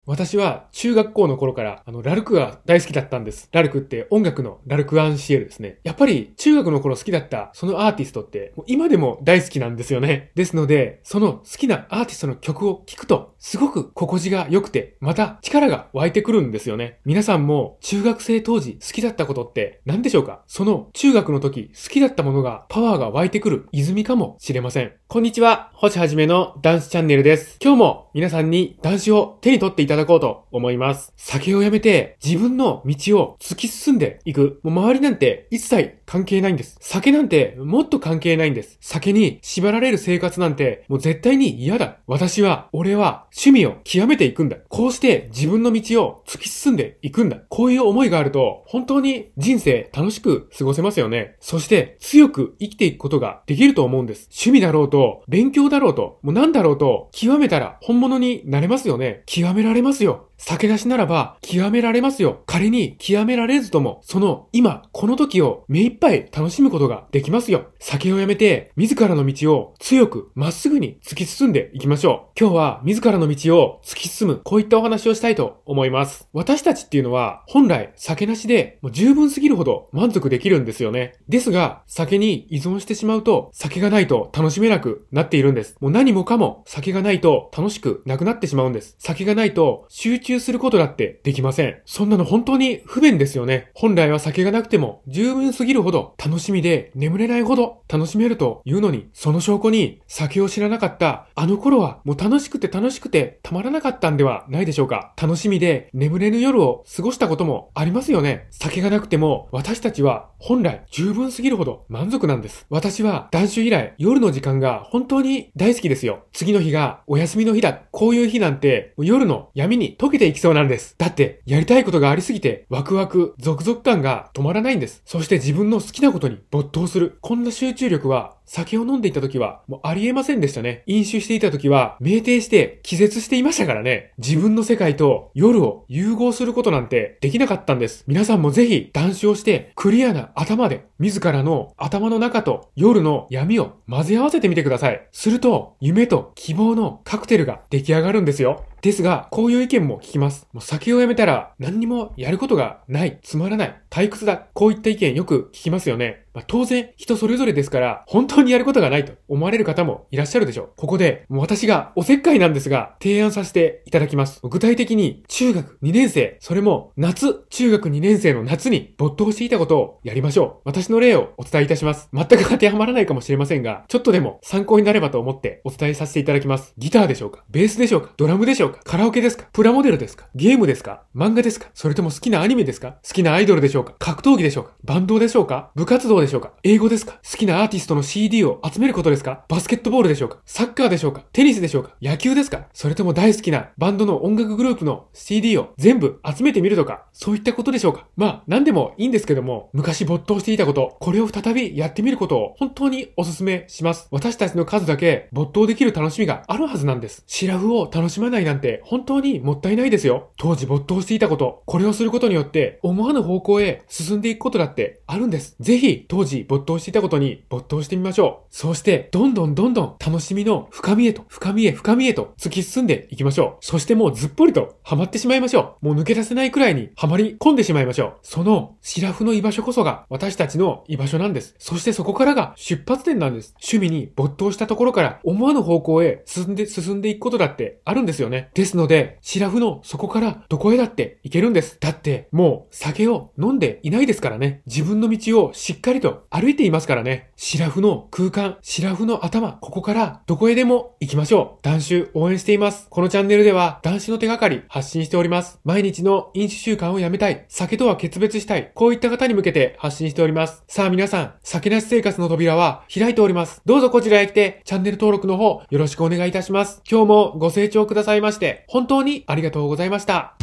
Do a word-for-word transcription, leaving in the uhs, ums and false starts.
私は中学校の頃からあのラルクが大好きだったんです。ラルクって音楽のラルクアンシエルですね。やっぱり中学の頃好きだったそのアーティストってもう今でも大好きなんですよね。ですので、その好きなアーティストの曲を聴くとすごく心地が良くて、また力が湧いてくるんですよね。皆さんも中学生当時好きだったことって何でしょうか？その中学の時好きだったものがパワーが湧いてくる泉かもしれません。こんにちは、星はじめの男子チャンネルです。今日も皆さんに男子を手に取っていただこうと思います。酒をやめて自分の道を突き進んでいく。もう周りなんて一切関係ないんです。酒なんてもっと関係ないんです。酒に縛られる生活なんてもう絶対に嫌だ。私は、俺は趣味を極めていくんだ。こうして自分の道を突き進んでいくんだ。こういう思いがあると本当に人生楽しく過ごせますよね。そして強く生きていくことができると思うんです。趣味だろうと、勉強だろうと、もう何だろうと、極めたら本物になれますよね。極められますよ。酒出しならば極められますよ。仮に極められずとも、その今、この時を目いっぱい楽しむことができますよ。酒をやめて、自らの道を強く、まっすぐに突き進んでいきましょう。今日は自らの道を突き進む、こういったお話をしたいと思います。私たちっていうのは、本来酒なしでもう十分すぎるほど満足できるんですよね。ですが、酒に依存してしまうと、酒がないと楽しめなくなっているんです。もう何もかも酒がないと楽しくなくなってしまうんです。酒がないと集中することだってできません。そんなの本当に不便ですよね。本来は酒がなくても十分すぎるほど楽しみで眠れないほど楽しめるというのに、その証拠に酒を知らなかったあの頃はもう楽しくて楽しくてたまらなかったんではないでしょうか。楽しみで眠れぬ夜を過ごしたこともありますよね。酒がなくても私たちは本来十分すぎるほど満足なんです。私は断酒以来夜の時間が本当に大好きですよ。次の日がお休みの日だ。こういう日なんて夜の闇に溶けていきそうなんです。だってやりたいことがありすぎてワクワクゾクゾク感が止まらないんです。そして自分の好きなことに没頭する。こんな集中力は酒を飲んでいた時はもうありえませんでしたね。飲酒していた時は酩酊して気絶していましたからね。自分の世界と夜を融合することなんてできなかったんです。皆さんもぜひ断酒をしてクリアな頭で自らの頭の中と夜の闇を混ぜ合わせてみてください。すると夢と希望のカクテルが出来上がるんですよ。ですが、こういう意見も聞きます。もう酒をやめたら何にもやることがない、つまらない、退屈だ。こういった意見よく聞きますよね。まあ、当然人それぞれですから本当にやることがないと思われる方もいらっしゃるでしょう。ここでもう私がおせっかいなんですが提案させていただきます。具体的に中学にねん生、それも夏、中学にねん生の夏に没頭していたことをやりましょう。私の例をお伝えいたします。全く当てはまらないかもしれませんが、ちょっとでも参考になればと思ってお伝えさせていただきます。ギターでしょうか？ベースでしょうか？ドラムでしょうか？カラオケですか？プラモデルですか？ゲームですか？漫画ですか？それとも好きなアニメですか？好きなアイドルでしょうか？格闘技でしょうか？バンドでしょうか？部活動でしょうか？英語ですか？好きなアーティストの シーディー を集めることですか？バスケットボールでしょうか？サッカーでしょうか？テニスでしょうか？野球ですか？それとも大好きなバンドの音楽グループの シーディー を全部集めてみるとか、そういったことでしょうか？まあ何でもいいんですけども、昔没頭していたこと、これを再びやってみることを本当にお勧めします。私たちの数だけ没頭できる楽しみがあるはずなんです。シラフを楽しまないなんて本当にもったいないですよ。当時没頭していたこと、これをすることによって思わぬ方向へ進んでいくことだってあるんです。ぜひ当時没頭していたことに没頭してみましょう。そうしてどんどんどんどん楽しみの深みへと深みへ深みへと突き進んでいきましょう。そしてもうずっぽりとハマってしまいましょう。もう抜け出せないくらいにハマり込んでしまいましょう。そのシラフの居場所こそが私たちの居場所なんです。そしてそこからが出発点なんです。趣味に没頭したところから思わぬ方向へ進んで進んでいくことだってあるんですよね。ですのでシラフのそこからどこへだって行けるんです。だってもう酒を飲んでいないですからね。自分の道をしっかりと歩いていますからね。シラフの空間、シラフの頭、ここからどこへでも行きましょう。断酒応援しています。このチャンネルでは断酒の手がかり発信しております。毎日の飲酒習慣をやめたい、酒とは決別したい、こういった方に向けて発信しております。さあ皆さん、酒なし生活の扉は開いております。どうぞこちらへ来てチャンネル登録の方よろしくお願いいたします。今日もご清聴くださいまして本当にありがとうございました。